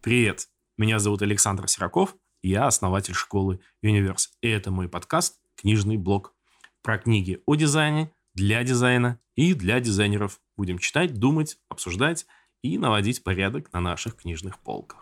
Привет, меня зовут Александр Сираков, я основатель школы Universe, и это мой подкаст «Книжный блог». Про книги о дизайне, для дизайна и для дизайнеров. Будем читать, думать, обсуждать и наводить порядок на наших книжных полках.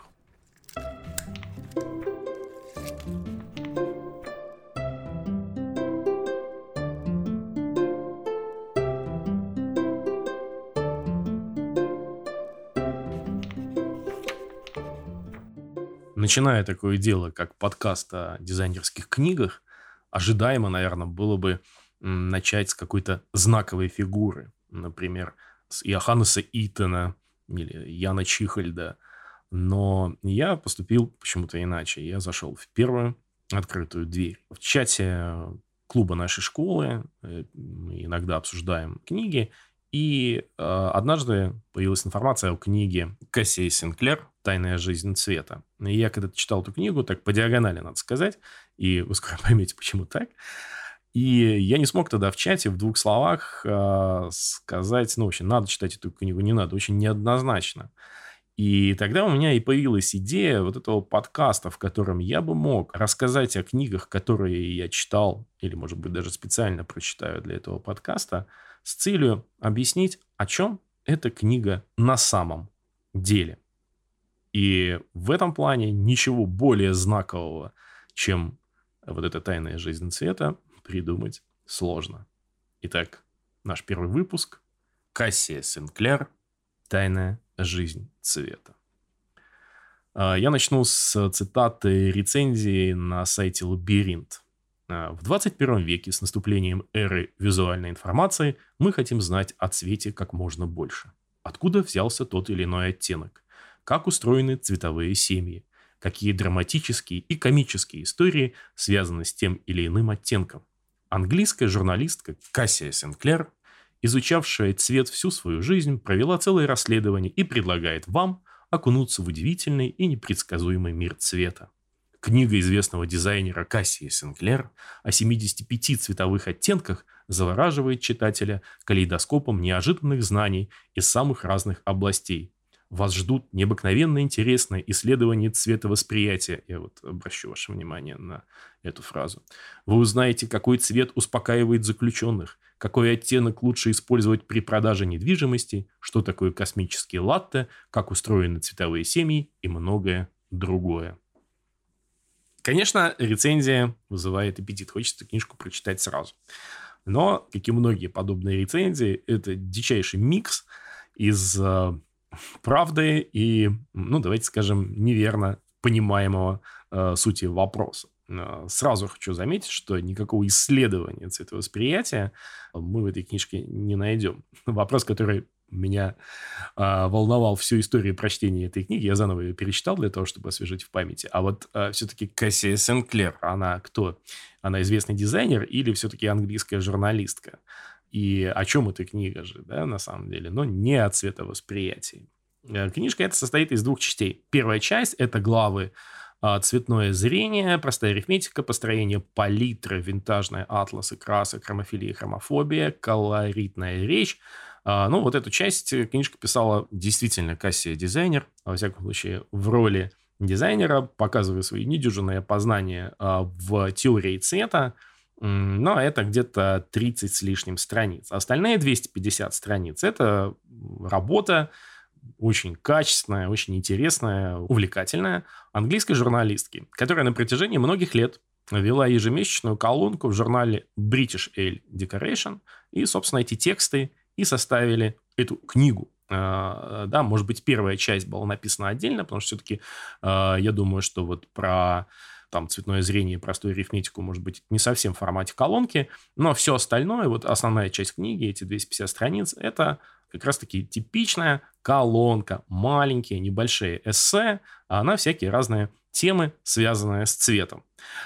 Начиная такое дело, как подкаст о дизайнерских книгах, ожидаемо, наверное, было бы начать с какой-то знаковой фигуры. Например, с Йоханнеса Итона или Яна Чихольда. Но я поступил почему-то иначе. Я зашел в первую открытую дверь. В чате клуба нашей школы мы иногда обсуждаем книги. И однажды появилась информация о книге Кассии Синклер «Тайная жизнь цвета». И я когда-то читал эту книгу, так по диагонали, надо сказать, и вы скоро поймете, почему так. И я не смог тогда в чате в двух словах сказать, в общем, надо читать эту книгу, не надо, очень неоднозначно. И тогда у меня и появилась идея вот этого подкаста, в котором я бы мог рассказать о книгах, которые я читал, или, может быть, даже специально прочитаю для этого подкаста, с целью объяснить, о чем эта книга на самом деле. И в этом плане ничего более знакового, чем вот эта «Тайная жизнь цвета», придумать сложно. Итак, наш первый выпуск. Кассия Синклер «Тайная жизнь цвета». Я начну с цитаты рецензии на сайте «Лабиринт». В 21 веке с наступлением эры визуальной информации мы хотим знать о цвете как можно больше. Откуда взялся тот или иной оттенок? Как устроены цветовые семьи? Какие драматические и комические истории связаны с тем или иным оттенком? Английская журналистка Кассия Синклер, изучавшая цвет всю свою жизнь, провела целое расследование и предлагает вам окунуться в удивительный и непредсказуемый мир цвета. Книга известного дизайнера Кассии Синклер о 75 цветовых оттенках завораживает читателя калейдоскопом неожиданных знаний из самых разных областей. Вас ждут необыкновенно интересные исследования цветовосприятия. Я обращу ваше внимание на эту фразу. Вы узнаете, какой цвет успокаивает заключенных, какой оттенок лучше использовать при продаже недвижимости, что такое космические латте, как устроены цветовые семьи и многое другое. Конечно, рецензия вызывает аппетит. Хочется книжку прочитать сразу. Но, как и многие подобные рецензии, это дичайший микс из правды и, давайте скажем, неверно понимаемого сути вопроса. Сразу хочу заметить, что никакого исследования цветовосприятия мы в этой книжке не найдем. Вопрос, который меня волновал всю историю прочтения этой книги, я заново ее перечитал для того, чтобы освежить в памяти. А вот все-таки Кассия Синклер, она кто? Она известный дизайнер или все-таки английская журналистка? И о чем эта книга же, да, на самом деле? Но не о цветовосприятии. Книжка эта состоит из двух частей. Первая часть – это главы цветное зрение, простая арифметика, построение палитры, винтажные атласы, красок, хромофилия и хромофобия, колоритная речь. Вот эту часть книжка писала действительно Кассия дизайнер, во всяком случае в роли дизайнера, показывая свои недюжинные познания в теории цвета. Но это где-то 30 с лишним страниц. Остальные 250 страниц – это работа очень качественная, очень интересная, увлекательная английской журналистки, которая на протяжении многих лет вела ежемесячную колонку в журнале British Ale Decoration. И, собственно, эти тексты и составили эту книгу. Да, может быть, первая часть была написана отдельно, потому что все-таки я думаю, что вот про цветное зрение и простую арифметику, может быть, не совсем в формате колонки, но все остальное, основная часть книги, эти 250 страниц, это как раз-таки типичная колонка, маленькие, небольшие эссе, на всякие разные темы, связанные с цветом.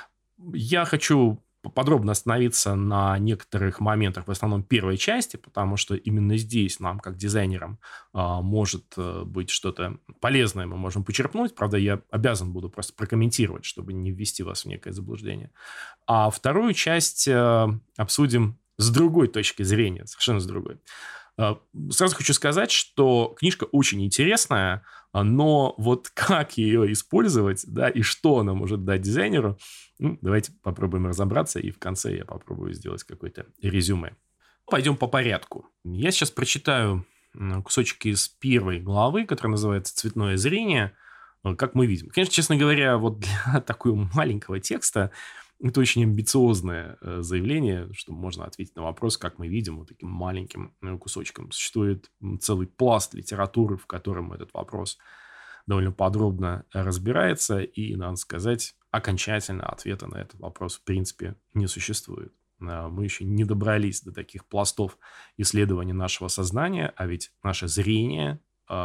Я хочу подробно остановиться на некоторых моментах, в основном первой части, потому что именно здесь нам, как дизайнерам, может быть что-то полезное мы можем почерпнуть. Правда, я обязан буду просто прокомментировать, чтобы не ввести вас в некое заблуждение. А вторую часть обсудим с другой точки зрения, совершенно с другой. Сразу хочу сказать, что книжка очень интересная, но вот как ее использовать, да, и что она может дать дизайнеру, давайте попробуем разобраться, и в конце я попробую сделать какое-то резюме. Пойдем по порядку. Я сейчас прочитаю кусочек из первой главы, которая называется «Цветное зрение», как мы видим. Конечно, честно говоря, вот для такого маленького текста это очень амбициозное заявление, что можно ответить на вопрос, как мы видим, вот таким маленьким кусочком. Существует целый пласт литературы, в котором этот вопрос довольно подробно разбирается, и, надо сказать, окончательно ответа на этот вопрос в принципе не существует. Мы еще не добрались до таких пластов исследования нашего сознания, а ведь наше зрение,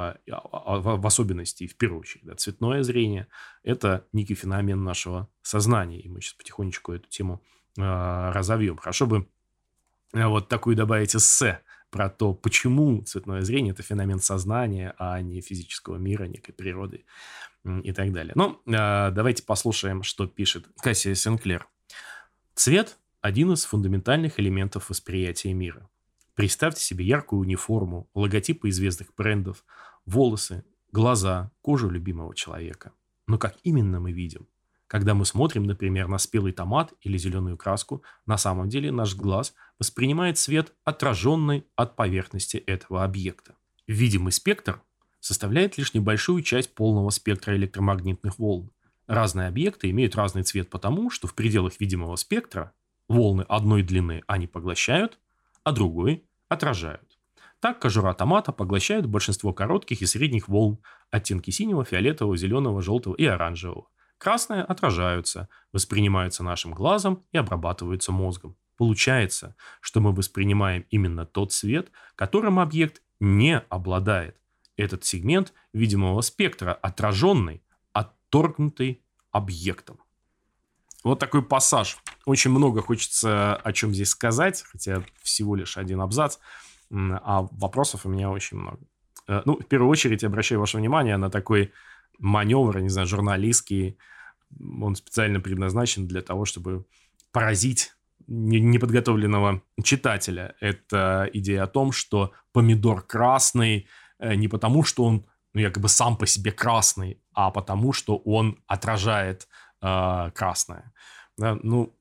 в особенности и в первую очередь, да, цветное зрение, это некий феномен нашего сознания. И мы сейчас потихонечку эту тему разовьем. Хорошо бы вот такую добавить эссе про то, почему цветное зрение – это феномен сознания, а не физического мира, некой природы и так далее. Ну, давайте послушаем, что пишет Кассия Сенклер. Цвет – один из фундаментальных элементов восприятия мира. Представьте себе яркую униформу, логотипы известных брендов, волосы, глаза, кожу любимого человека. Но как именно мы видим? Когда мы смотрим, например, на спелый томат или зеленую краску, на самом деле наш глаз воспринимает свет, отраженный от поверхности этого объекта. Видимый спектр составляет лишь небольшую часть полного спектра электромагнитных волн. Разные объекты имеют разный цвет потому, что в пределах видимого спектра волны одной длины они поглощают, а другой отражают. Так кожура томата поглощает большинство коротких и средних волн, оттенки синего, фиолетового, зеленого, желтого и оранжевого. Красные отражаются, воспринимаются нашим глазом и обрабатываются мозгом. Получается, что мы воспринимаем именно тот цвет, которым объект не обладает. Этот сегмент видимого спектра отраженный, отторгнутый объектом. Вот такой пассаж. Очень много хочется о чем здесь сказать, хотя всего лишь один абзац, а вопросов у меня очень много. Ну, в первую очередь, обращаю ваше внимание на такой маневр, не знаю, журналистский. Он специально предназначен для того, чтобы поразить неподготовленного читателя. Это идея о том, что помидор красный не потому, что он якобы сам по себе красный, а потому, что он отражает красное. Да, ну,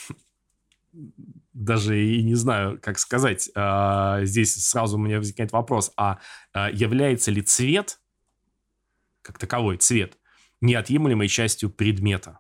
даже и не знаю, как сказать. Здесь сразу у меня возникает вопрос, а является ли цвет, как таковой цвет, неотъемлемой частью предмета?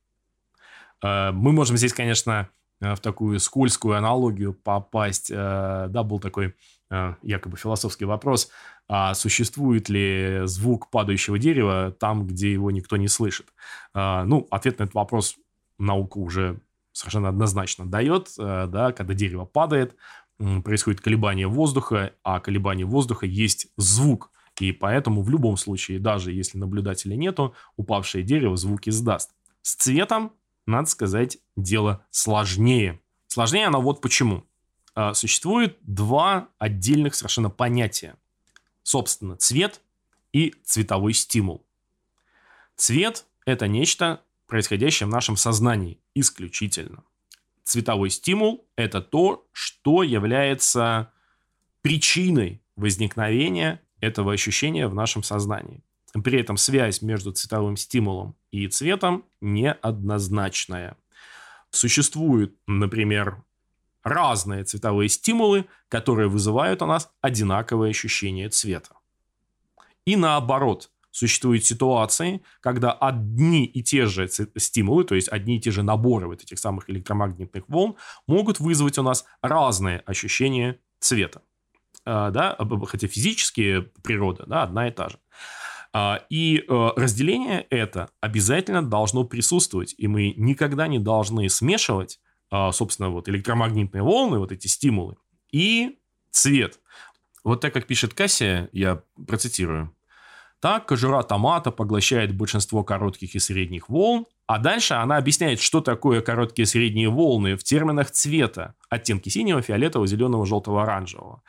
Мы можем здесь, конечно, в такую скользкую аналогию попасть. Да, был такой якобы философский вопрос, а существует ли звук падающего дерева там, где его никто не слышит? Ну, ответ на этот вопрос наука уже совершенно однозначно дает. Да, когда дерево падает, происходит колебание воздуха, а колебание воздуха есть звук. И поэтому в любом случае, даже если наблюдателя нету, упавшее дерево звук издаст. С цветом, надо сказать, дело сложнее. Сложнее оно вот почему. Существует два отдельных совершенно понятия. Собственно, цвет и цветовой стимул. Цвет – это нечто, происходящее в нашем сознании исключительно. Цветовой стимул – это то, что является причиной возникновения этого ощущения в нашем сознании. При этом связь между цветовым стимулом и цветом неоднозначная. Существуют, например, разные цветовые стимулы, которые вызывают у нас одинаковое ощущение цвета. И наоборот, существуют ситуации, когда одни и те же стимулы, то есть одни и те же наборы вот этих самых электромагнитных волн, могут вызвать у нас разные ощущения цвета. Да? Хотя физически природа, да, одна и та же. И разделение это обязательно должно присутствовать, и мы никогда не должны смешивать, собственно, вот электромагнитные волны, вот эти стимулы, и цвет. Вот так, как пишет Кассия, я процитирую. Так, кожура томата поглощает большинство коротких и средних волн, а дальше она объясняет, что такое короткие и средние волны в терминах цвета. Оттенки синего, фиолетового, зеленого, желтого, оранжевого.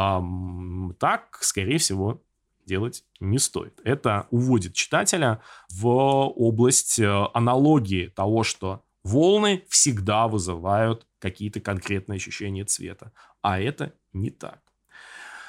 Так, скорее всего, делать не стоит. Это уводит читателя в область аналогии того, что волны всегда вызывают какие-то конкретные ощущения цвета. А это не так.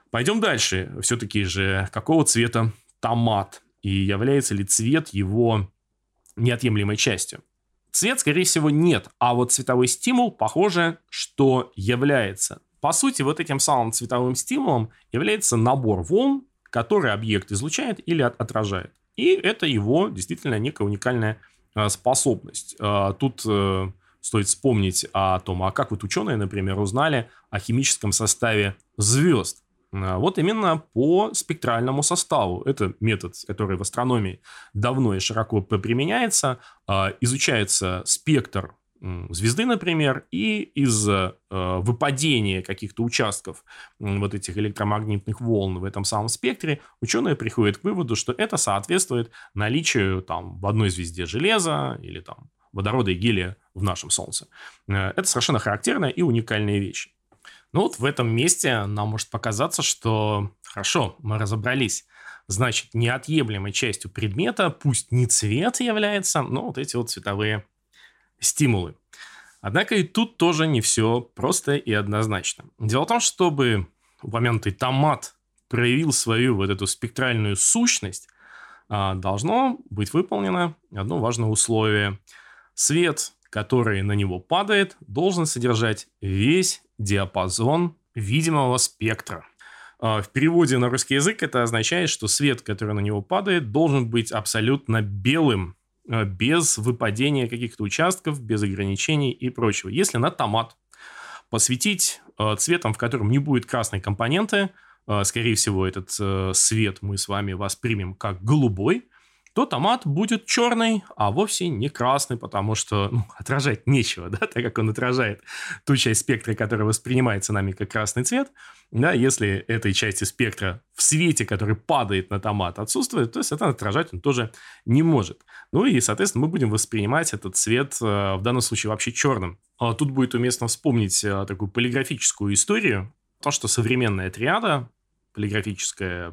Пойдем дальше. Все-таки же, какого цвета томат? И является ли цвет его неотъемлемой частью? Цвет, скорее всего, нет. А вот цветовой стимул, похоже, что является. По сути, вот этим самым цветовым стимулом является набор волн, который объект излучает или отражает. И это его действительно некая уникальная способность. Тут стоит вспомнить о том, а как вот ученые, например, узнали о химическом составе звезд. Вот именно по спектральному составу. Это метод, который в астрономии давно и широко применяется. Изучается спектр звезды, например, и из выпадения каких-то участков вот этих электромагнитных волн в этом самом спектре ученые приходят к выводу, что это соответствует наличию там в одной звезде железа или там водорода и гелия в нашем Солнце. Это совершенно характерная и уникальная вещь. Ну вот в этом месте нам может показаться, что хорошо, мы разобрались. Значит, неотъемлемой частью предмета, пусть не цвет является, но вот эти вот цветовые стимулы. Однако и тут тоже не все просто и однозначно. Дело в том, чтобы упомянутый томат проявил свою вот эту спектральную сущность, должно быть выполнено одно важное условие. Свет, который на него падает, должен содержать весь диапазон видимого спектра. В переводе на русский язык это означает, что свет, который на него падает, должен быть абсолютно белым, без выпадения каких-то участков, без ограничений и прочего. Если на томат посветить цветом, в котором не будет красной компоненты, скорее всего, этот свет мы с вами воспримем как голубой, то томат будет черный, а вовсе не красный, потому что отражать нечего, да, так как он отражает ту часть спектра, которая воспринимается нами как красный цвет. Да, если этой части спектра в свете, который падает на томат, отсутствует, то, соответственно, отражать он тоже не может. Ну и, соответственно, мы будем воспринимать этот цвет в данном случае вообще черным. Тут будет уместно вспомнить такую полиграфическую историю. То, что современная триада, полиграфическая,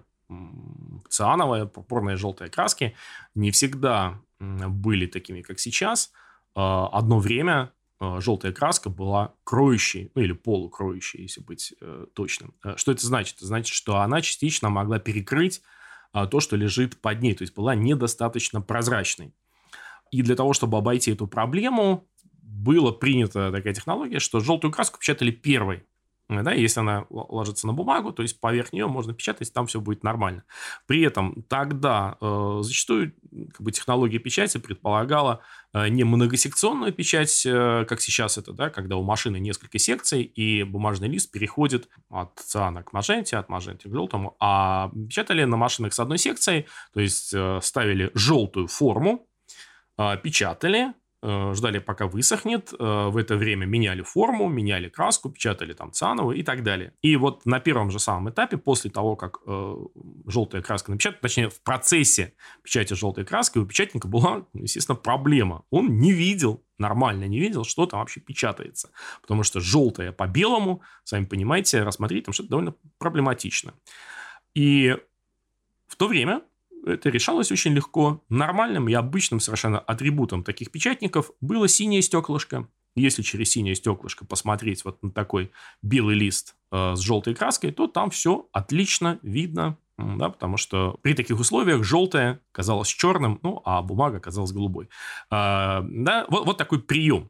циановая, пурпурная, желтая краски не всегда были такими, как сейчас. Одно время желтая краска была кроющей, или полукроющей, если быть точным. Что это значит? Это значит, что она частично могла перекрыть то, что лежит под ней, то есть была недостаточно прозрачной. И для того, чтобы обойти эту проблему, была принята такая технология, что желтую краску печатали первой. Да, если она ложится на бумагу, то есть поверх нее можно печатать, там все будет нормально. При этом тогда зачастую технология печати предполагала не многосекционную печать, как сейчас это, да, когда у машины несколько секций, и бумажный лист переходит от циана к магенте, от магенты к желтому, а печатали на машинах с одной секцией, то есть ставили желтую форму, печатали, ждали, пока высохнет, в это время меняли форму, меняли краску, печатали там циановую и так далее. И вот на первом же самом этапе, после того, как желтая краска напечатана, точнее, в процессе печати желтой краской у печатника была, естественно, проблема. Он не видел, нормально не видел, что там вообще печатается. Потому что желтое по белому, сами понимаете, рассмотреть там что-то довольно проблематично. И в то время это решалось очень легко. Нормальным и обычным совершенно атрибутом таких печатников было синее стеклышко. Если через синее стеклышко посмотреть вот на такой белый лист с желтой краской, то там все отлично видно, да, потому что при таких условиях желтое казалось черным, а бумага казалась голубой. Да, вот такой прием.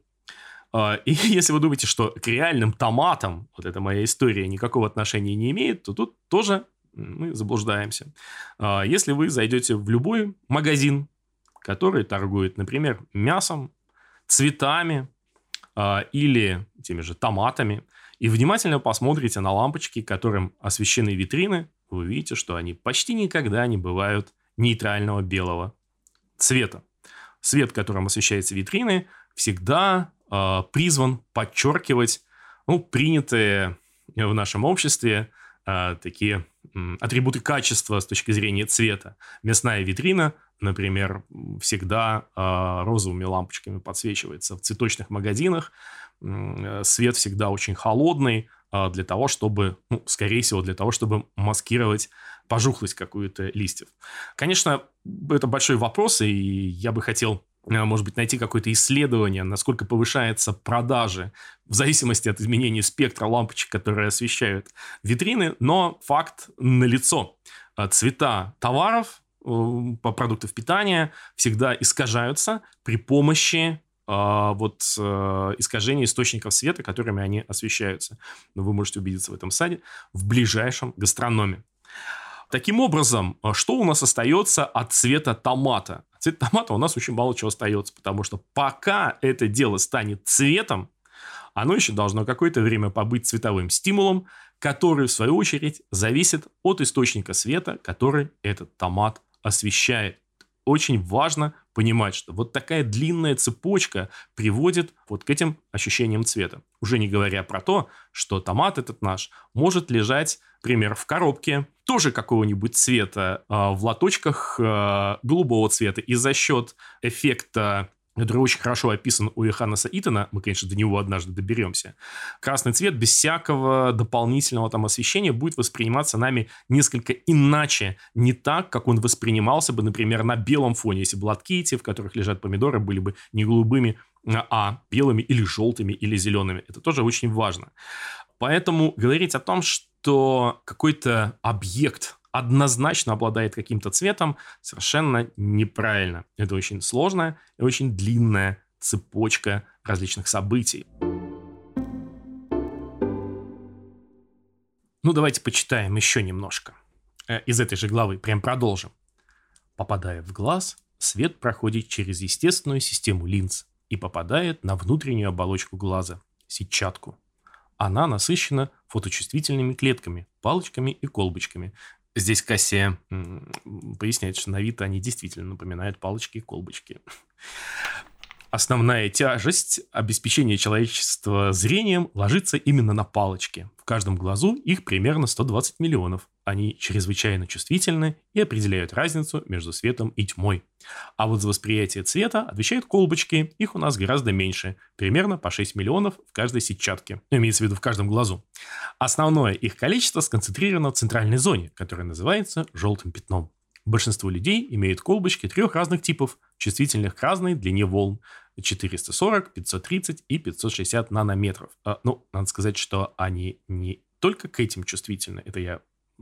И если вы думаете, что к реальным томатам вот эта моя история никакого отношения не имеет, то тут тоже мы заблуждаемся. Если вы зайдете в любой магазин, который торгует, например, мясом, цветами или теми же томатами, и внимательно посмотрите на лампочки, которым освещены витрины, вы увидите, что они почти никогда не бывают нейтрального белого цвета. Свет, которым освещаются витрины, всегда призван подчеркивать принятые в нашем обществе такие атрибуты качества с точки зрения цвета. Мясная витрина, например, всегда розовыми лампочками подсвечивается. В цветочных магазинах свет всегда очень холодный для того, чтобы, скорее всего, для того, чтобы маскировать пожухлость какую-то листьев. Конечно, это большой вопрос, и я бы хотел может быть, найти какое-то исследование, насколько повышаются продажи в зависимости от изменения спектра лампочек, которые освещают витрины, но факт налицо. Цвета товаров по продуктам питания всегда искажаются при помощи искажения источников света, которыми они освещаются. Но вы можете убедиться в этом сайте в ближайшем гастрономе. Таким образом, что у нас остается от цвета томата? От цвета томата у нас очень мало чего остается, потому что пока это дело станет цветом, оно еще должно какое-то время побыть цветовым стимулом, который, в свою очередь, зависит от источника света, который этот томат освещает. Очень важно понимать, что вот такая длинная цепочка приводит вот к этим ощущениям цвета. Уже не говоря про то, что томат этот наш может лежать, например, в коробке тоже какого-нибудь цвета, в лоточках голубого цвета. И за счет эффекта, который очень хорошо описан у Йоханнеса Итона, мы, конечно, до него однажды доберемся, красный цвет без всякого дополнительного там освещения будет восприниматься нами несколько иначе, не так, как он воспринимался бы, например, на белом фоне, если бы лотки эти, в которых лежат помидоры, были бы не голубыми, а белыми или желтыми или зелеными. Это тоже очень важно. Поэтому говорить о том, что какой-то объект однозначно обладает каким-то цветом, совершенно неправильно. Это очень сложная и очень длинная цепочка различных событий. Ну, давайте почитаем еще немножко. Из этой же главы прям продолжим. Попадая в глаз, свет проходит через естественную систему линз и попадает на внутреннюю оболочку глаза – сетчатку. Она насыщена фоточувствительными клетками, палочками и колбочками. Здесь Кассия поясняет, что на вид они действительно напоминают палочки и колбочки. Основная тяжесть обеспечения человечества зрением ложится именно на палочки. В каждом глазу их примерно 120 миллионов. Они чрезвычайно чувствительны и определяют разницу между светом и тьмой. А вот за восприятие цвета отвечают колбочки. Их у нас гораздо меньше. Примерно по 6 миллионов в каждой сетчатке. Имеется в виду в каждом глазу. Основное их количество сконцентрировано в центральной зоне, которая называется желтым пятном. Большинство людей имеют колбочки 3 разных типов, чувствительных к разной длине волн. 440, 530 и 560 нанометров. Надо сказать, что они не только к этим чувствительны, это я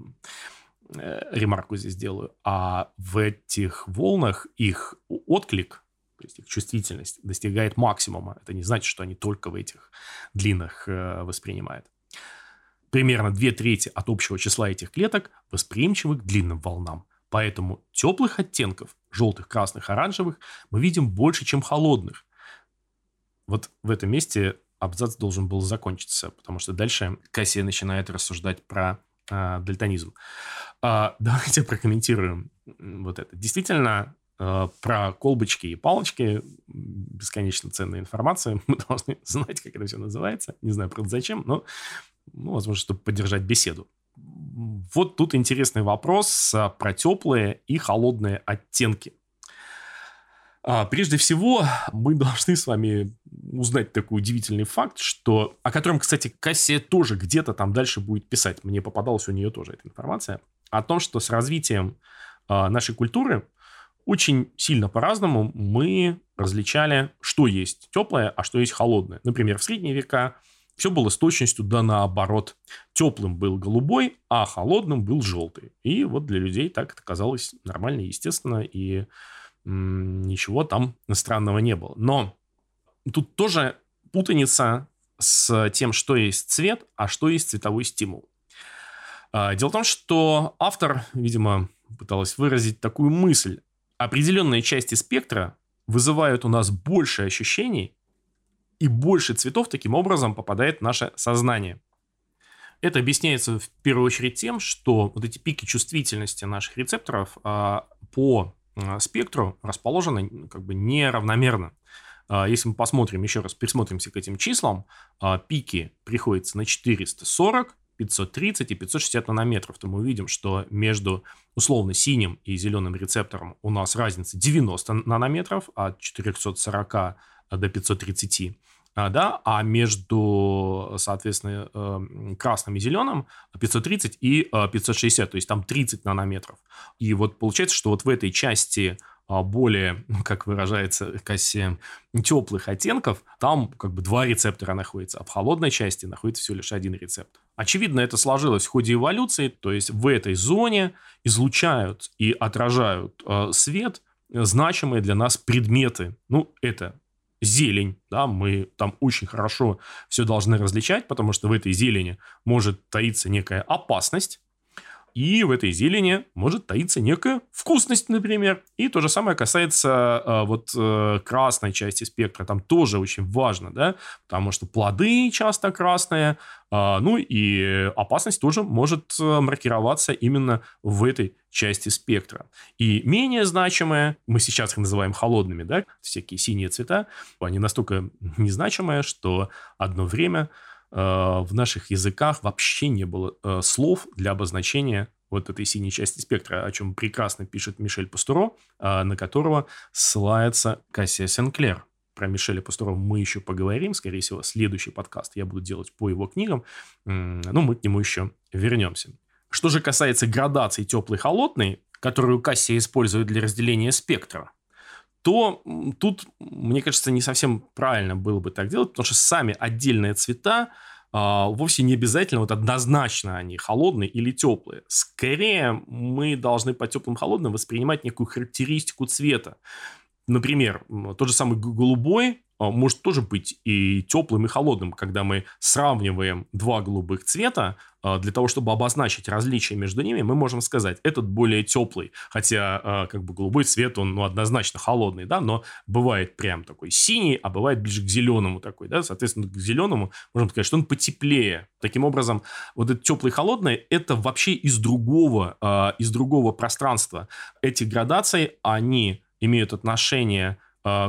ремарку здесь делаю, а в этих волнах их отклик, то есть их чувствительность, достигает максимума. Это не значит, что они только в этих длинах воспринимают. Примерно 2/3 от общего числа этих клеток восприимчивы к длинным волнам. Поэтому теплых оттенков, желтых, красных, оранжевых, мы видим больше, чем холодных. Вот в этом месте абзац должен был закончиться, потому что дальше Кассия начинает рассуждать про дальтонизм. Давайте прокомментируем вот это. Действительно, про колбочки и палочки бесконечно ценная информация. Мы должны знать, как это все называется. Не знаю, правда, зачем, но, возможно, чтобы поддержать беседу. Вот тут интересный вопрос про теплые и холодные оттенки. Прежде всего, мы должны с вами узнать такой удивительный факт, о котором, кстати, Кассия тоже где-то там дальше будет писать. Мне попадалась у нее тоже эта информация. О том, что с развитием нашей культуры очень сильно по-разному мы различали, что есть теплое, а что есть холодное. Например, в средние века все было с точностью да наоборот. Теплым был голубой, а холодным был желтый. И вот для людей так это казалось нормально, естественно, и ничего там странного не было. Но тут тоже путаница с тем, что есть цвет, а что есть цветовой стимул. Дело в том, что автор, видимо, пыталась выразить такую мысль. Определенные части спектра вызывают у нас больше ощущений, и больше цветов таким образом попадает в наше сознание. Это объясняется в первую очередь тем, что вот эти пики чувствительности наших рецепторов по спектру расположены как бы неравномерно. Если мы посмотрим, еще раз присмотримся к этим числам, пики приходятся на 440, 530 и 560 нанометров, то мы увидим, что между условно синим и зеленым рецептором у нас разница 90 нанометров, от 440 до 530. А между, соответственно, красным и зеленым 530 и 560, то есть там 30 нанометров. И вот получается, что вот в этой части более, как выражается Кассия, теплых оттенков, там как бы два рецептора находятся, а в холодной части находится всего лишь один рецептор. Очевидно, это сложилось в ходе эволюции, то есть в этой зоне излучают и отражают свет значимые для нас предметы. Ну, это зелень, да, мы там очень хорошо все должны различать, потому что в этой зелени может таиться некая опасность, и в этой зелени может таиться некая вкусность, например. И то же самое касается красной части спектра. Там тоже очень важно, да, потому что плоды часто красные, ну и опасность тоже может маркироваться именно в этой части спектра. И менее значимые, мы сейчас их называем холодными, да, всякие синие цвета, они настолько незначимые, что одно время в наших языках вообще не было слов для обозначения вот этой синей части спектра, о чем прекрасно пишет Мишель Пастуро, на которого ссылается Кассия Сенклер. Про Мишеля Пастуро мы еще поговорим, скорее всего, следующий подкаст я буду делать по его книгам, но мы к нему еще вернемся. Что же касается градации теплой-холодной, которую Кассия использует для разделения спектра, то тут, мне кажется, не совсем правильно было бы так делать, потому что сами отдельные цвета вовсе не обязательно вот однозначно они холодные или теплые. Скорее, мы должны по теплым-холодным воспринимать некую характеристику цвета. Например, тот же самый голубой может тоже быть и теплым, и холодным, когда мы сравниваем два голубых цвета. Для того, чтобы обозначить различия между ними, мы можем сказать, этот более теплый, хотя как бы голубой цвет, он однозначно холодный, да, но бывает прям такой синий, а бывает ближе к зеленому такой, да, соответственно, к зеленому можем сказать, что он потеплее. Таким образом, вот этот теплый и холодный, это вообще из другого пространства. Эти градации, они имеют отношение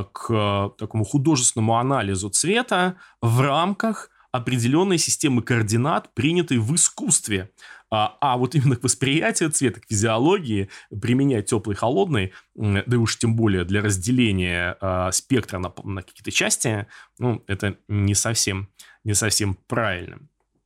к такому художественному анализу цвета в рамках определенной системы координат, принятой в искусстве. А вот именно к восприятию цвета, к физиологии применять теплый и холодный, да и уж тем более для разделения спектра на какие-то части, ну, это не совсем правильно.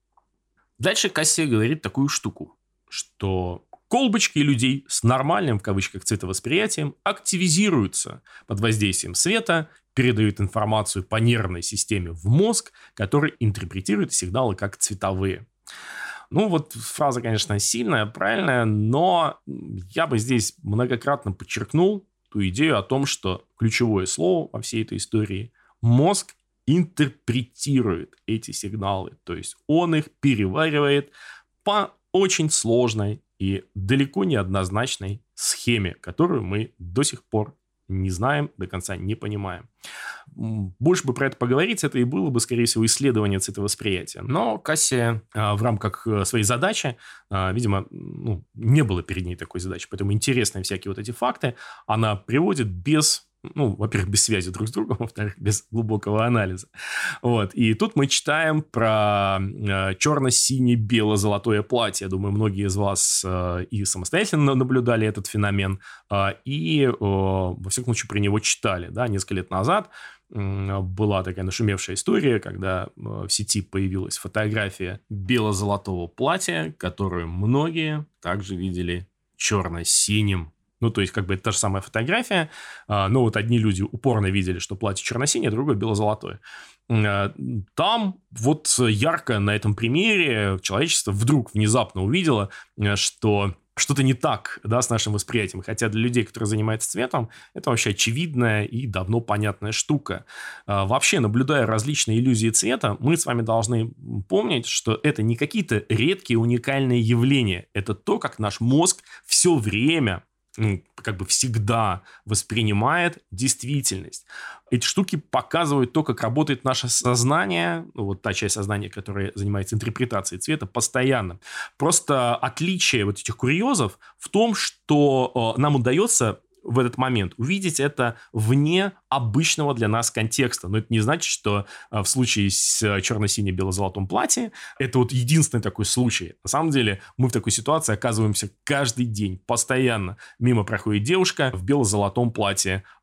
Дальше Кассия говорит такую штуку, что колбочки людей с нормальным, в кавычках, цветовосприятием активизируются под воздействием света, передают информацию по нервной системе в мозг, который интерпретирует сигналы как цветовые. Ну, вот фраза, конечно, сильная, правильная, но я бы здесь многократно подчеркнул ту идею о том, что ключевое слово во всей этой истории – мозг интерпретирует эти сигналы, то есть он их переваривает по очень сложной и далеко не однозначной схеме, которую мы до сих пор не знаем, до конца не понимаем. Больше бы про это поговорить, это и было бы, скорее всего, исследование цветовосприятия. Но Кассия в рамках своей задачи, видимо, не было перед ней такой задачи, поэтому интересные всякие вот эти факты она приводит без... во-первых, без связи друг с другом, во-вторых, без глубокого анализа. Вот. И тут мы читаем про черно-сине-бело-золотое платье. Я думаю, многие из вас и самостоятельно наблюдали этот феномен, и, во всяком случае, про него читали. Да? Несколько лет назад была такая нашумевшая история, когда в сети появилась фотография бело-золотого платья, которую многие также видели черно-синим. Ну, то есть, как бы это та же самая фотография, но вот одни люди упорно видели, что платье черно-синее, а другое бело-золотое. Там вот ярко на этом примере человечество вдруг внезапно увидело, что что-то не так, да, с нашим восприятием. Хотя для людей, которые занимаются цветом, это вообще очевидная и давно понятная штука. Вообще, наблюдая различные иллюзии цвета, мы с вами должны помнить, что это не какие-то редкие уникальные явления. Это то, как наш мозг все время, как бы всегда воспринимает действительность. Эти штуки показывают то, как работает наше сознание, вот та часть сознания, которая занимается интерпретацией цвета, постоянно. Просто отличие вот этих курьезов в том, что нам удается в этот момент увидеть это вне обычного для нас контекста. Но это не значит, что в случае с черно-сине-бело-золотом платье это вот единственный такой случай. На самом деле мы в такой ситуации оказываемся каждый день, постоянно. Мимо проходит девушка в бело-золотом платье,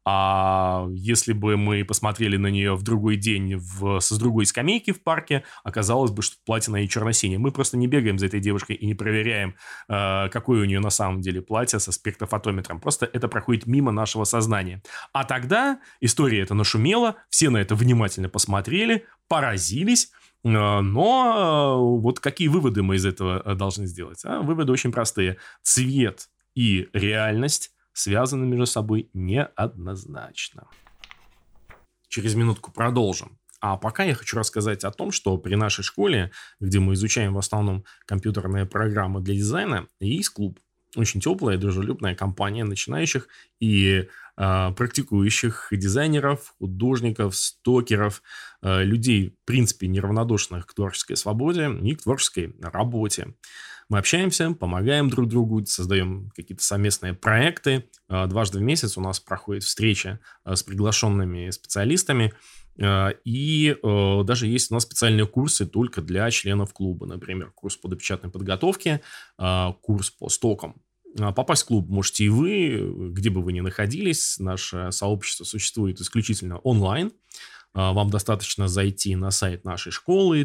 А если бы мы посмотрели на нее в другой день с другой скамейки в парке, оказалось бы, что платье на ней черно-синее. Мы просто не бегаем за этой девушкой и не проверяем, какое у нее на самом деле платье со спектрофотометром. Просто это проходит мимо нашего сознания. А тогда история эта нашумела, все на это внимательно посмотрели, поразились. Но вот какие выводы мы из этого должны сделать? Выводы очень простые. Цвет и реальность связаны между собой неоднозначно. Через минутку продолжим. А пока я хочу рассказать о том, что при нашей школе, где мы изучаем в основном компьютерные программы для дизайна, есть клуб. Очень теплая, дружелюбная компания начинающих и практикующих дизайнеров, художников, стокеров, людей, в принципе, неравнодушных к творческой свободе и к творческой работе. Мы общаемся, помогаем друг другу, создаем какие-то совместные проекты. Дважды в месяц у нас проходит встреча с приглашенными специалистами. И даже есть у нас специальные курсы только для членов клуба. Например, курс по допечатной подготовке, курс по стокам. Попасть в клуб можете и вы, где бы вы ни находились. Наше сообщество существует исключительно онлайн. Вам достаточно зайти на сайт нашей школы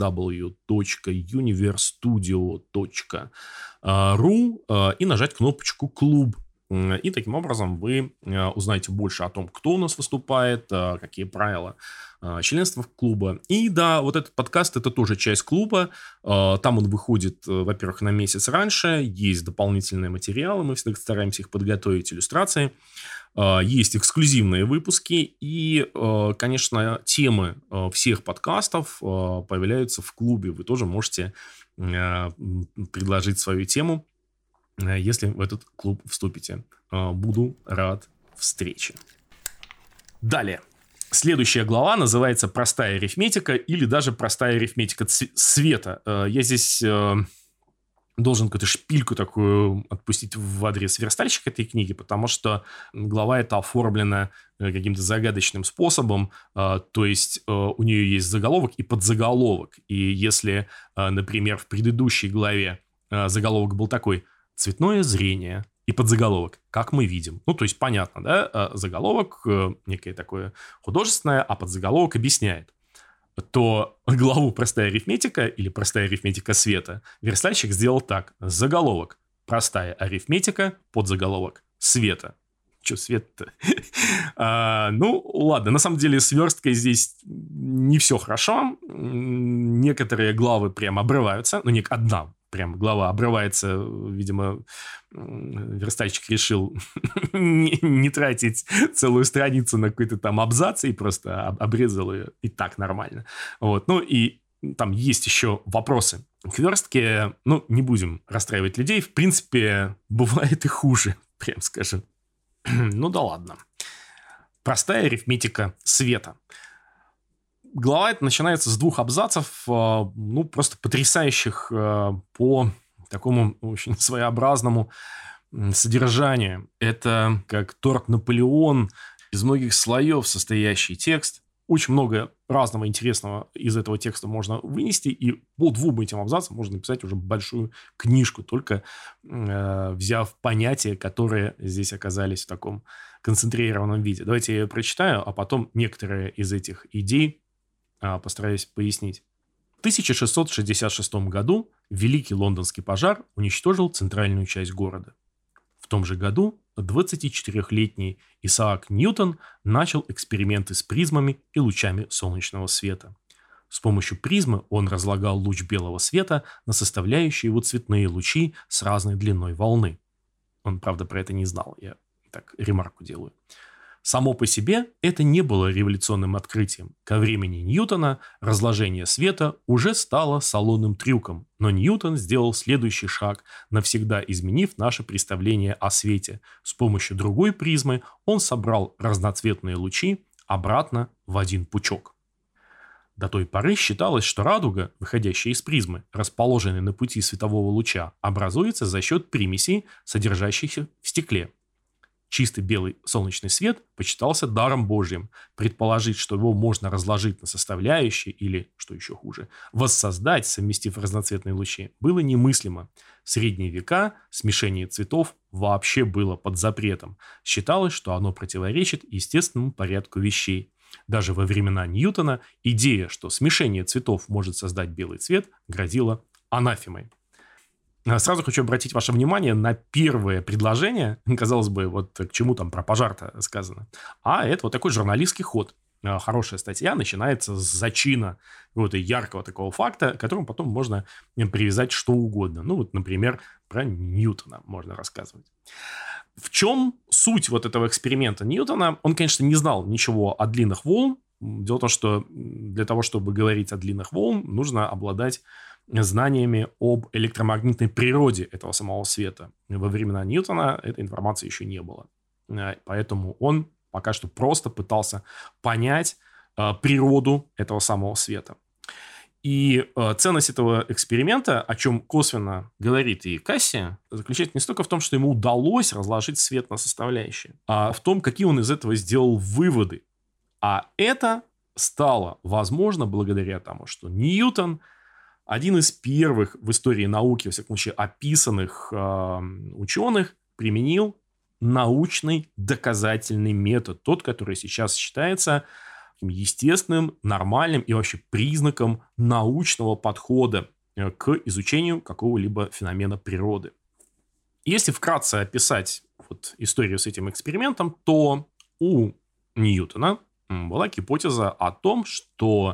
www.universtudio.ru и нажать кнопочку «Клуб». И таким образом вы узнаете больше о том, кто у нас выступает, какие правила членства клуба. И да, вот этот подкаст – это тоже часть клуба. Там он выходит, во-первых, на месяц раньше. Есть дополнительные материалы, мы всегда стараемся их подготовить, иллюстрации. Есть эксклюзивные выпуски. И, конечно, темы всех подкастов появляются в клубе. Вы тоже можете предложить свою тему, если в этот клуб вступите. Буду рад встрече. Далее. Следующая глава называется «Простая арифметика» или даже «Простая арифметика света». Я здесь должен какую-то шпильку такую отпустить в адрес верстальщика этой книги, потому что глава эта оформлена каким-то загадочным способом. То есть у нее есть заголовок и подзаголовок. И если, например, в предыдущей главе заголовок был такой «Цветное зрение» и подзаголовок «Как мы видим». Ну, то есть, понятно, да? Заголовок некое такое художественное, а подзаголовок объясняет. То главу «Простая арифметика» или «Простая арифметика света» верстальщик сделал так. Заголовок «Простая арифметика», подзаголовок «Света». Че свет-то? Ну, ладно. На самом деле, с версткой здесь не все хорошо. Некоторые главы прям обрываются. Ну, не одна прям глава обрывается. Видимо, верстальщик решил не тратить целую страницу на какой-то там абзац и просто обрезал ее. И так нормально. Вот. Ну, и там есть еще вопросы к верстке. Ну, не будем расстраивать людей. В принципе, бывает и хуже, прям скажем. Ну да ладно. Простая арифметика света. Глава эта начинается с 2 абзацев, ну, просто потрясающих по такому очень своеобразному содержанию. Это как торт Наполеон, из многих слоев состоящий текст. Очень много разного интересного из этого текста можно вынести, и по 2 этим абзацам можно написать уже большую книжку, только взяв понятия, которые здесь оказались в таком концентрированном виде. Давайте я ее прочитаю, а потом некоторые из этих идей постараюсь пояснить. В 1666 году Великий Лондонский пожар уничтожил центральную часть города. В том же году 24-летний Исаак Ньютон начал эксперименты с призмами и лучами солнечного света. С помощью призмы он разлагал луч белого света на составляющие его цветные лучи с разной длиной волны. Он, правда, про это не знал, я так ремарку делаю. Само по себе это не было революционным открытием. Ко времени Ньютона разложение света уже стало салонным трюком, но Ньютон сделал следующий шаг, навсегда изменив наше представление о свете. С помощью другой призмы он собрал разноцветные лучи обратно в один пучок. До той поры считалось, что радуга, выходящая из призмы, расположенной на пути светового луча, образуется за счет примесей, содержащихся в стекле. чистый белый солнечный свет почитался даром Божьим. Предположить, что его можно разложить на составляющие или, что еще хуже, воссоздать, совместив разноцветные лучи, было немыслимо. В средние века смешение цветов вообще было под запретом. Считалось, что оно противоречит естественному порядку вещей. Даже во времена Ньютона идея, что смешение цветов может создать белый цвет, грозила анафемой. Сразу хочу обратить ваше внимание на первое предложение. Казалось бы, вот к чему там про пожар-то сказано. А это вот такой журналистский ход. Хорошая статья начинается с зачина какого-то яркого такого факта, к которому потом можно привязать что угодно. Ну, вот, например, про Ньютона можно рассказывать. В чем суть вот этого эксперимента Ньютона? Он, конечно, не знал ничего о длинах волн. Дело в том, что для того, чтобы говорить о длинах волн, нужно обладать знаниями об электромагнитной природе этого самого света. Во времена Ньютона этой информации еще не было. Поэтому он пока что просто пытался понять природу этого самого света. И ценность этого эксперимента, о чем косвенно говорит и Кассия, заключается не столько в том, что ему удалось разложить свет на составляющие, а в том, какие он из этого сделал выводы. А это стало возможно благодаря тому, что Ньютон один из первых в истории науки, во всяком случае, описанных ученых, применил научный доказательный метод. Тот, который сейчас считается естественным, нормальным и вообще признаком научного подхода к изучению какого-либо феномена природы. Если вкратце описать вот историю с этим экспериментом, то у Ньютона была гипотеза о том, что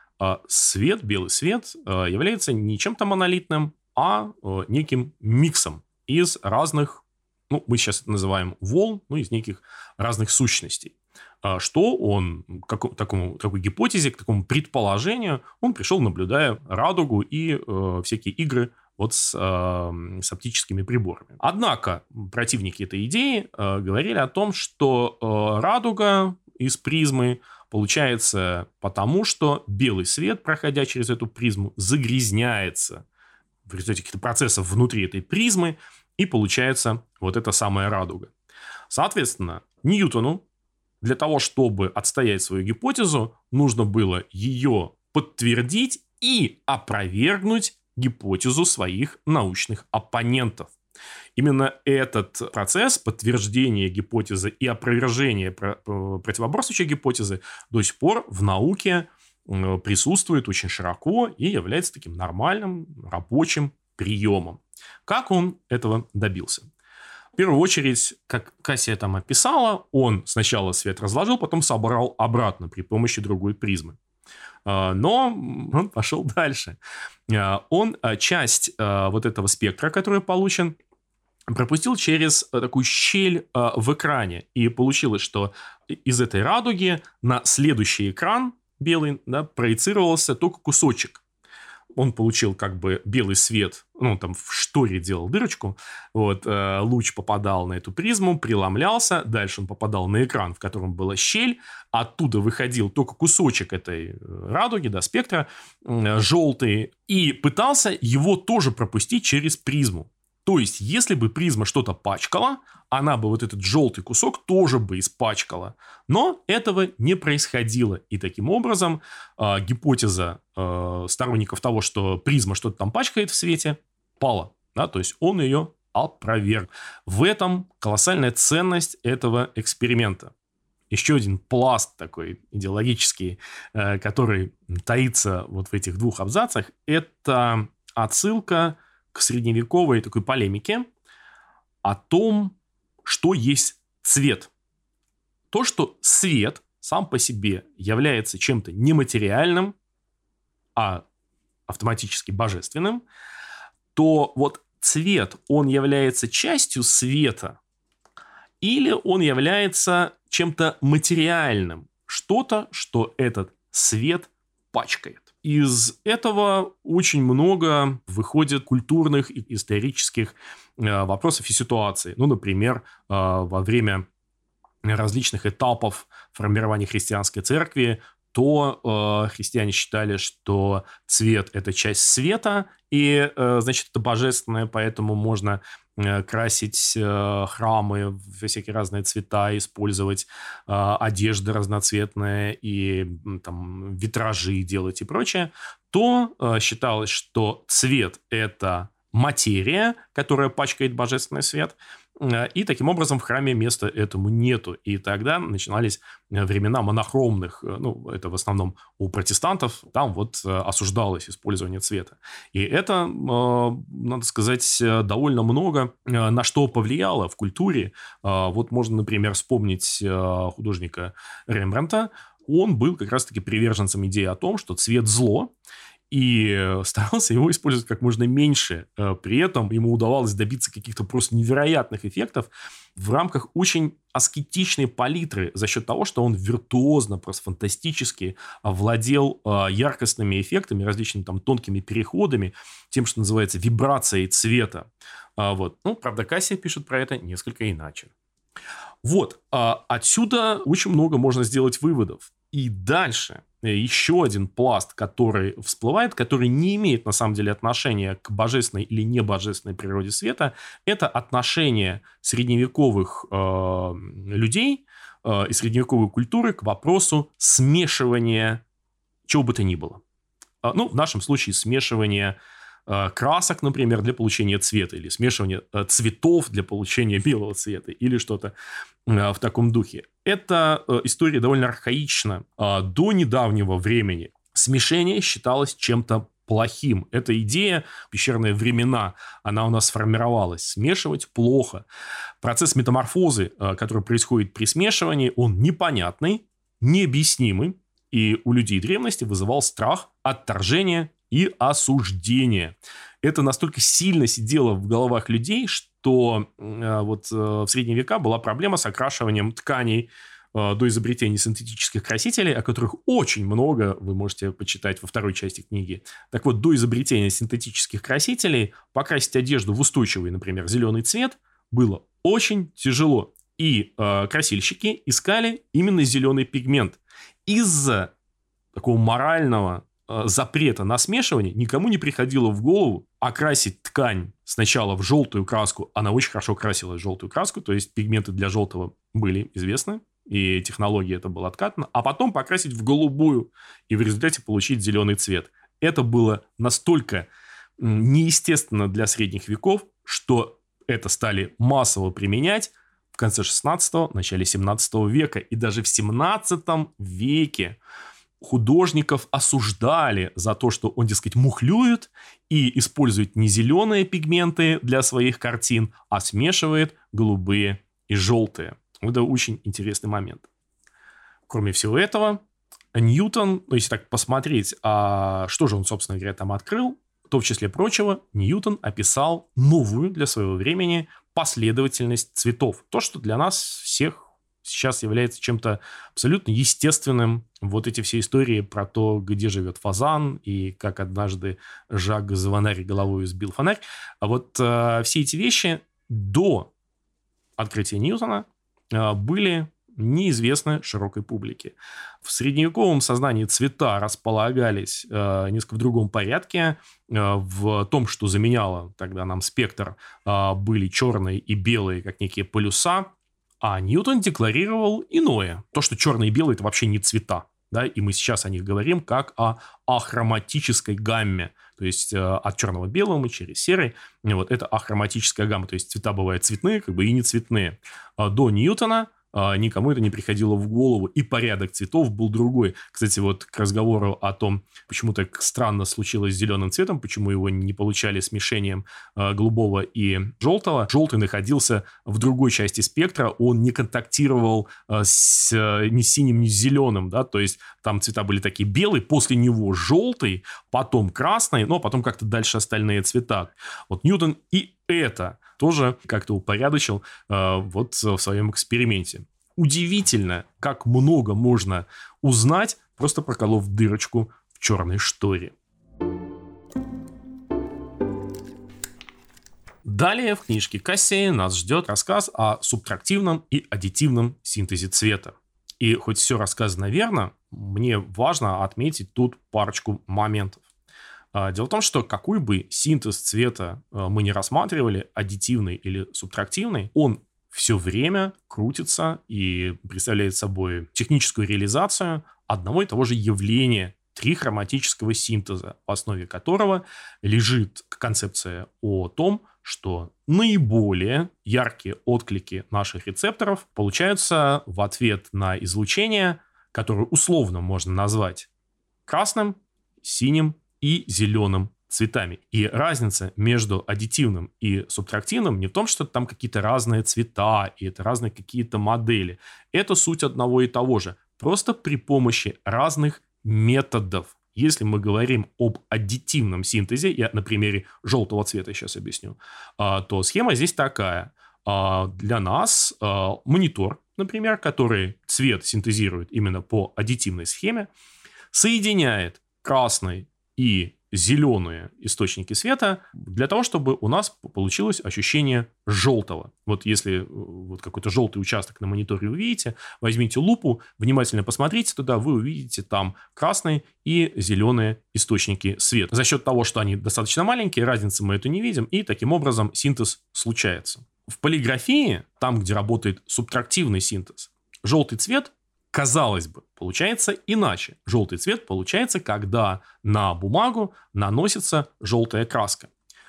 свет, белый свет, является не чем-то монолитным, а неким миксом из разных, ну, мы сейчас это называем волн, ну, из неких разных сущностей. Что он к такой гипотезе, к такому предположению он пришел, наблюдая радугу и всякие игры вот с оптическими приборами. Однако противники этой идеи говорили о том, что радуга из призмы получается потому, что белый свет, проходя через эту призму, загрязняется в результате каких-то процессов внутри этой призмы, и получается вот эта самая радуга. Соответственно, Ньютону для того, чтобы отстоять свою гипотезу, нужно было ее подтвердить и опровергнуть гипотезу своих научных оппонентов. Именно этот процесс подтверждения гипотезы и опровержения противоборствующей гипотезы до сих пор в науке присутствует очень широко и является таким нормальным рабочим приемом. Как он этого добился? В первую очередь, как Кассия там описала, он сначала свет разложил, потом собрал обратно при помощи другой призмы. Но он пошел дальше. Он часть вот этого спектра, который получен, пропустил через такую щель в экране. И получилось, что из этой радуги на следующий экран белый, да, проецировался только кусочек. Он получил как бы белый свет, ну, там в шторе делал дырочку, вот, луч попадал на эту призму, преломлялся, дальше он попадал на экран, в котором была щель, оттуда выходил только кусочек этой радуги, да, спектра, желтый, и пытался его тоже пропустить через призму. То есть, если бы призма что-то пачкала, она бы вот этот желтый кусок тоже бы испачкала. Но этого не происходило. И таким образом гипотеза сторонников того, что призма что-то там пачкает в свете, пала. Да? То есть, он ее опроверг. В этом колоссальная ценность этого эксперимента. Еще один пласт такой идеологический, который таится вот в этих двух абзацах, это отсылка к средневековой такой полемике о том, что есть цвет. То, что свет сам по себе является чем-то нематериальным, а автоматически божественным, то вот цвет, он является частью света или он является чем-то материальным, что-то, что этот свет пачкает. Из этого очень много выходит культурных и исторических вопросов и ситуаций. Ну, например, во время различных этапов формирования христианской церкви, то христиане считали, что цвет – это часть света, и, значит, это божественное, поэтому можно красить храмы в всякие разные цвета, использовать одежды разноцветные и там витражи делать и прочее, то считалось, что цвет – это материя, которая пачкает божественный свет, и таким образом в храме места этому нету. И тогда начинались времена монохромных, это в основном у протестантов, там вот осуждалось использование цвета. И это, надо сказать, довольно много на что повлияло в культуре. Вот можно, например, вспомнить художника Рембрандта. Он был как раз-таки приверженцем идеи о том, что цвет – зло, и старался его использовать как можно меньше. При этом ему удавалось добиться каких-то просто невероятных эффектов в рамках очень аскетичной палитры за счет того, что он виртуозно, просто фантастически владел яркостными эффектами, различными там тонкими переходами, тем, что называется вибрацией цвета. Вот. Правда, Кассия пишет про это несколько иначе. Вот. Отсюда очень много можно сделать выводов. И дальше еще один пласт, который всплывает, который не имеет на самом деле отношения к божественной или небожественной природе света, это отношение средневековых людей и средневековой культуры к вопросу смешивания чего бы то ни было. В нашем случае смешивания красок, например, для получения цвета, или смешивание цветов для получения белого цвета, или что-то в таком духе. Эта история довольно архаична. До недавнего времени смешение считалось чем-то плохим. Эта идея в пещерные времена, она у нас сформировалась. Смешивать плохо. Процесс метаморфозы, который происходит при смешивании, он непонятный, необъяснимый, и у людей древности вызывал страх, отторжение и осуждение. Это настолько сильно сидело в головах людей, что в средние века была проблема с окрашиванием тканей до изобретения синтетических красителей, о которых очень много вы можете почитать во второй части книги. Так вот, до изобретения синтетических красителей покрасить одежду в устойчивый, например, зеленый цвет было очень тяжело. И красильщики искали именно зеленый пигмент. Из-за такого морального запрета на смешивание никому не приходило в голову окрасить ткань сначала в желтую краску. Она очень хорошо красила желтую краску, то есть пигменты для желтого были известны, и технология это была откатана, а потом покрасить в голубую и в результате получить зеленый цвет. Это было настолько неестественно для средних веков, что это стали массово применять в конце 16-го, начале 17 века. И даже в 17 веке художников осуждали за то, что он, дескать, мухлюет и использует не зеленые пигменты для своих картин, а смешивает голубые и желтые. Это очень интересный момент. Кроме всего этого, Ньютон, если так посмотреть, что же он, собственно говоря, там открыл, то, в числе прочего, Ньютон описал новую для своего времени последовательность цветов. То, что для нас всех сейчас является чем-то абсолютно естественным. Вот эти все истории про то, где живет фазан, и как однажды Жак Звонарь головой сбил фонарь. А вот все эти вещи до открытия Ньютона были неизвестны широкой публике. В средневековом сознании цвета располагались несколько в другом порядке. В том, что заменяло тогда нам спектр, были черные и белые, как некие полюса. А Ньютон декларировал иное. То, что черный и белый – это вообще не цвета. Да? И мы сейчас о них говорим как о ахроматической гамме. То есть, от черного к белому через серый. Вот это ахроматическая гамма. То есть, цвета бывают цветные, и не цветные. До Ньютона никому это не приходило в голову, и порядок цветов был другой. Кстати, вот к разговору о том, почему так странно случилось с зеленым цветом, почему его не получали смешением голубого и желтого. Желтый находился в другой части спектра, он не контактировал ни с синим, ни с зеленым, да, то есть там цвета были такие белые, после него желтый, потом красный, но потом как-то дальше остальные цвета. Вот Ньютон и это тоже как-то упорядочил вот в своем эксперименте. Удивительно, как много можно узнать, просто проколов дырочку в черной шторе. Далее в книжке Кассии нас ждет рассказ о субтрактивном и аддитивном синтезе цвета. И хоть все рассказано верно, мне важно отметить тут парочку моментов. Дело в том, что какой бы синтез цвета мы не рассматривали, аддитивный или субтрактивный, он все время крутится и представляет собой техническую реализацию одного и того же явления трихроматического синтеза, в основе которого лежит концепция о том, что наиболее яркие отклики наших рецепторов получаются в ответ на излучение, которое условно можно назвать красным, синим и зеленым цветами. И разница между аддитивным и субтрактивным не в том, что там какие-то разные цвета и это разные какие-то модели. Это суть одного и того же. Просто при помощи разных методов. Если мы говорим об аддитивном синтезе, я на примере желтого цвета сейчас объясню, то схема здесь такая. Для нас монитор, например, который цвет синтезирует именно по аддитивной схеме, соединяет красный и зеленые источники света для того, чтобы у нас получилось ощущение желтого. Вот если вот какой-то желтый участок на мониторе увидите, возьмите лупу, внимательно посмотрите туда, вы увидите там красные и зеленые источники света. За счет того, что они достаточно маленькие, разницы мы эту не видим, и таким образом синтез случается. В полиграфии, там, где работает субтрактивный синтез, желтый цвет, казалось бы, получается иначе. Желтый цвет получается, когда на бумагу наносится желтая краска.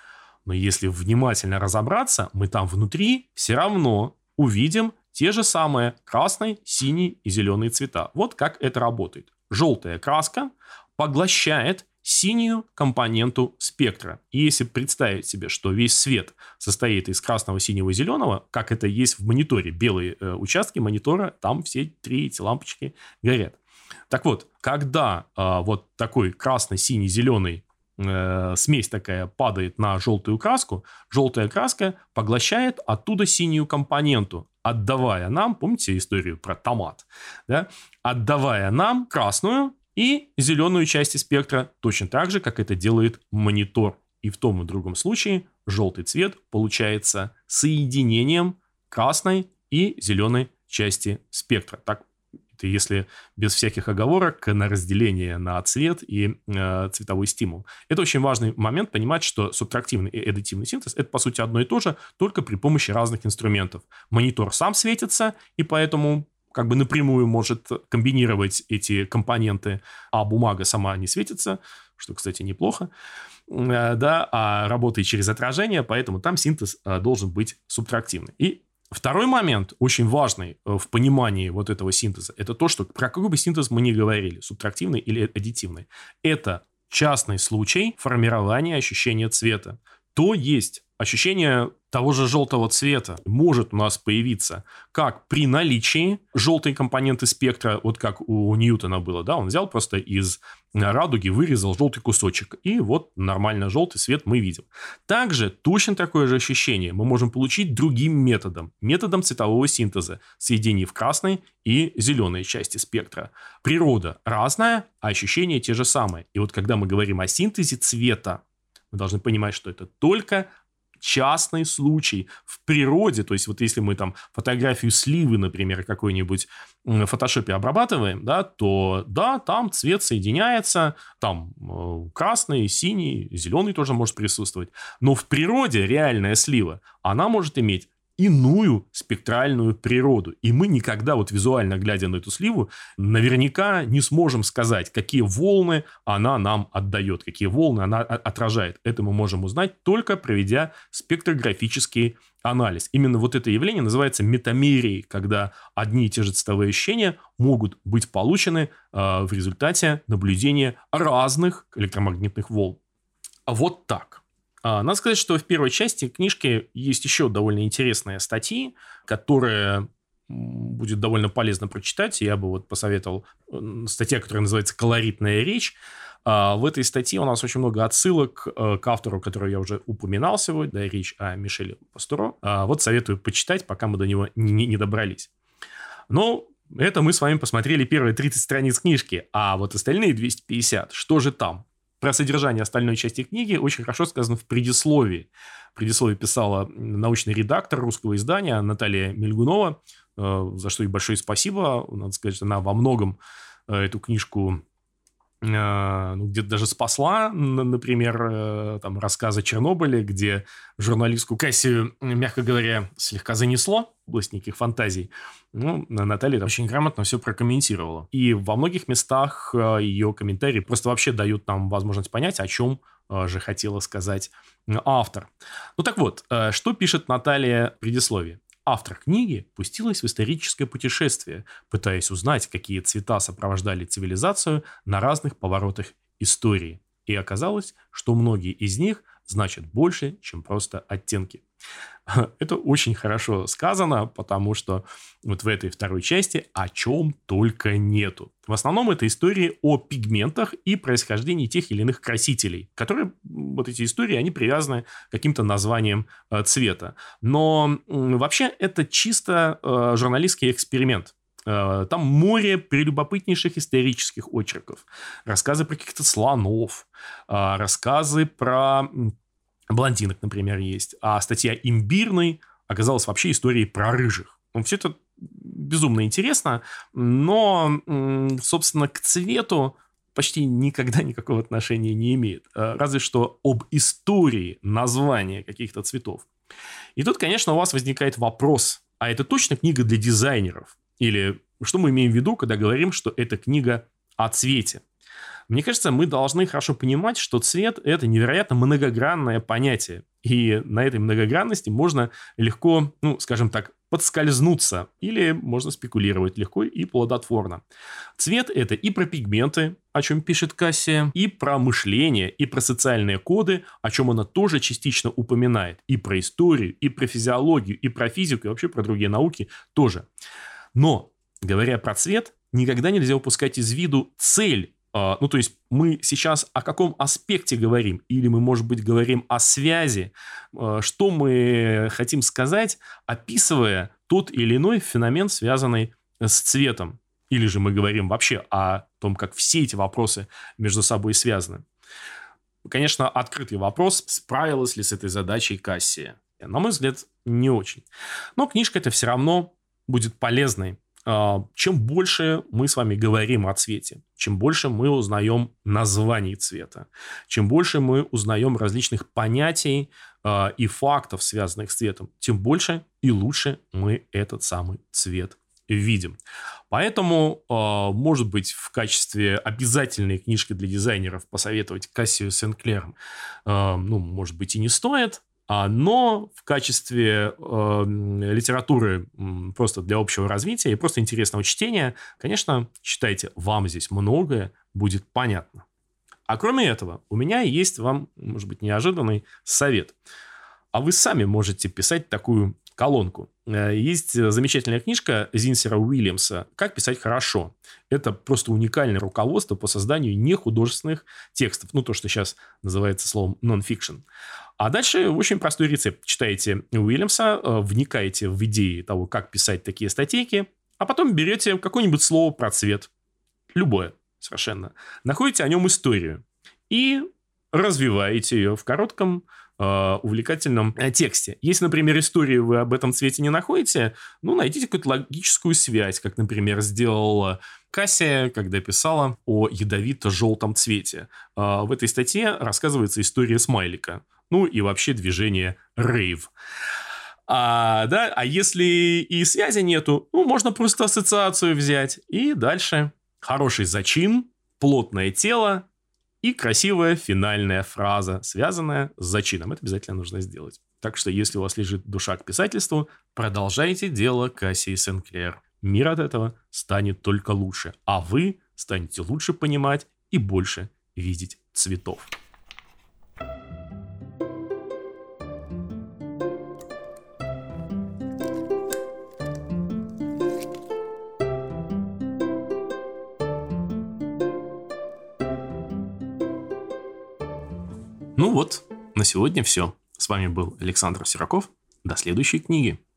Но если внимательно разобраться, мы там внутри все равно увидим те же самые красный, синий и зеленые цвета. Вот как это работает. Желтая краска поглощает синюю компоненту спектра. И если представить себе, что весь свет состоит из красного, синего и зеленого, как это есть в мониторе, белые участки монитора, там все три эти лампочки горят. Так вот, когда вот такой красный, синий, зеленый смесь такая падает на желтую краску, желтая краска поглощает оттуда синюю компоненту, отдавая нам, помните историю про томат, да? Отдавая нам красную и зеленую части спектра, точно так же, как это делает монитор. И в том и другом случае желтый цвет получается соединением красной и зеленой части спектра. Так, это если без всяких оговорок на разделение на цвет и цветовой стимул. Это очень важный момент, понимать, что субтрактивный и аддитивный синтез – это, по сути, одно и то же, только при помощи разных инструментов. Монитор сам светится, и поэтому как бы напрямую может комбинировать эти компоненты, а бумага сама не светится, что, кстати, неплохо, да, а работает через отражение, поэтому там синтез должен быть субтрактивный. И второй момент, очень важный в понимании вот этого синтеза, это то, что про какой бы синтез мы ни говорили, субтрактивный или аддитивный, это частный случай формирования ощущения цвета. То есть ощущение того же желтого цвета может у нас появиться как при наличии желтой компоненты спектра, вот как у Ньютона было, да, он взял просто из радуги, вырезал желтый кусочек, и вот нормально желтый цвет мы видим. Также точно такое же ощущение мы можем получить другим методом, методом цветового синтеза, соединив красной и зеленой части спектра. Природа разная, а ощущения те же самые. И вот когда мы говорим о синтезе цвета, мы должны понимать, что это только частный случай в природе. То есть, вот если мы там фотографию сливы, например, какой-нибудь в фотошопе обрабатываем, да, то да, там цвет соединяется, там красный, синий, зеленый тоже может присутствовать. Но в природе реальная слива, она может иметь иную спектральную природу. И мы никогда, вот визуально глядя на эту сливу, наверняка не сможем сказать, какие волны она нам отдает, какие волны она отражает. Это мы можем узнать, только проведя спектрографический анализ. Именно вот это явление называется метамерией, когда одни и те же цветовые ощущения могут быть получены в результате наблюдения разных электромагнитных волн. Вот так. Надо сказать, что в первой части книжки есть еще довольно интересные статьи, которые будет довольно полезно прочитать. Я бы вот посоветовал статья, которая называется «Колоритная речь». В этой статье у нас очень много отсылок к автору, который я уже упоминал сегодня, да, речь о Мишеле Пастуро. Вот советую почитать, пока мы до него не добрались. Но это мы с вами посмотрели первые 30 страниц книжки, а вот остальные 250, что же там? Про содержание остальной части книги очень хорошо сказано в предисловии. В предисловии писала научный редактор русского издания Наталья Мельгунова, за что ей большое спасибо. Надо сказать, что она во многом эту книжку ну, где-то даже спасла, например, там, рассказы о Чернобыле, где журналистку Кассию, мягко говоря, слегка занесло в область неких фантазий. Ну, Наталья там очень грамотно все прокомментировала. И во многих местах ее комментарии просто вообще дают нам возможность понять, о чем же хотела сказать автор. Ну так вот, что пишет Наталья в предисловии? Автор книги пустилась в историческое путешествие, пытаясь узнать, какие цвета сопровождали цивилизацию на разных поворотах истории. И оказалось, что многие из них значат больше, чем просто оттенки. Это очень хорошо сказано, потому что вот в этой второй части о чем только нету. В основном это истории о пигментах и происхождении тех или иных красителей, которые, вот эти истории, они привязаны к каким-то названиям цвета. Но вообще это чисто журналистский эксперимент. Там море прелюбопытнейших исторических очерков. Рассказы про каких-то слонов, рассказы про блондинок, например, есть. А статья «Имбирный» оказалась вообще историей про рыжих. Все это безумно интересно, но, собственно, к цвету почти никогда никакого отношения не имеет. Разве что об истории названия каких-то цветов. И тут, конечно, у вас возникает вопрос, а это точно книга для дизайнеров? Или что мы имеем в виду, когда говорим, что это книга о цвете? Мне кажется, мы должны хорошо понимать, что цвет – это невероятно многогранное понятие. И на этой многогранности можно легко, ну, скажем так, подскользнуться. Или можно спекулировать легко и плодотворно. Цвет – это и про пигменты, о чем пишет Кассия, и про мышление, и про социальные коды, о чем она тоже частично упоминает. И про историю, и про физиологию, и про физику, и вообще про другие науки тоже. Но, говоря про цвет, никогда нельзя упускать из виду цель. Ну, то есть мы сейчас о каком аспекте говорим? Или мы, может быть, говорим о связи? Что мы хотим сказать, описывая тот или иной феномен, связанный с цветом? Или же мы говорим вообще о том, как все эти вопросы между собой связаны? Конечно, открытый вопрос, справилась ли с этой задачей Кассия. На мой взгляд, не очень. Но книжка эта все равно будет полезной. Чем больше мы с вами говорим о цвете, чем больше мы узнаем названий цвета, чем больше мы узнаем различных понятий и фактов, связанных с цветом, тем больше и лучше мы этот самый цвет видим. Поэтому, может быть, в качестве обязательной книжки для дизайнеров посоветовать Кассию Сен-Клер, ну, может быть, и не стоит. Но в качестве литературы просто для общего развития и просто интересного чтения, конечно, читайте, вам здесь многое будет понятно. А кроме этого, у меня есть вам, может быть, неожиданный совет. А вы сами можете писать такую колонку. Есть замечательная книжка Зинсера Уильямса «Как писать хорошо». Это просто уникальное руководство по созданию нехудожественных текстов. Ну, то, что сейчас называется словом non-fiction. А дальше очень простой рецепт. Читаете Уильямса, вникаете в идеи того, как писать такие статейки, а потом берете какое-нибудь слово про цвет. Любое совершенно. Находите о нем историю и развиваете ее в коротком увлекательном тексте. Если, например, историю вы об этом цвете не находите, ну, найдите какую-то логическую связь, как, например, сделала Кассия, когда писала о ядовито-желтом цвете. В этой статье рассказывается история смайлика. Ну, и вообще движение рейв. А если и связи нету, ну, можно просто ассоциацию взять. И дальше хороший зачин, плотное тело, и красивая финальная фраза, связанная с зачином. Это обязательно нужно сделать. Так что, если у вас лежит душа к писательству, продолжайте дело Кассии Сен-Клер. Мир от этого станет только лучше. А вы станете лучше понимать и больше видеть цветов. Ну вот, на сегодня все. С вами был Александр Сираков. До следующей книги.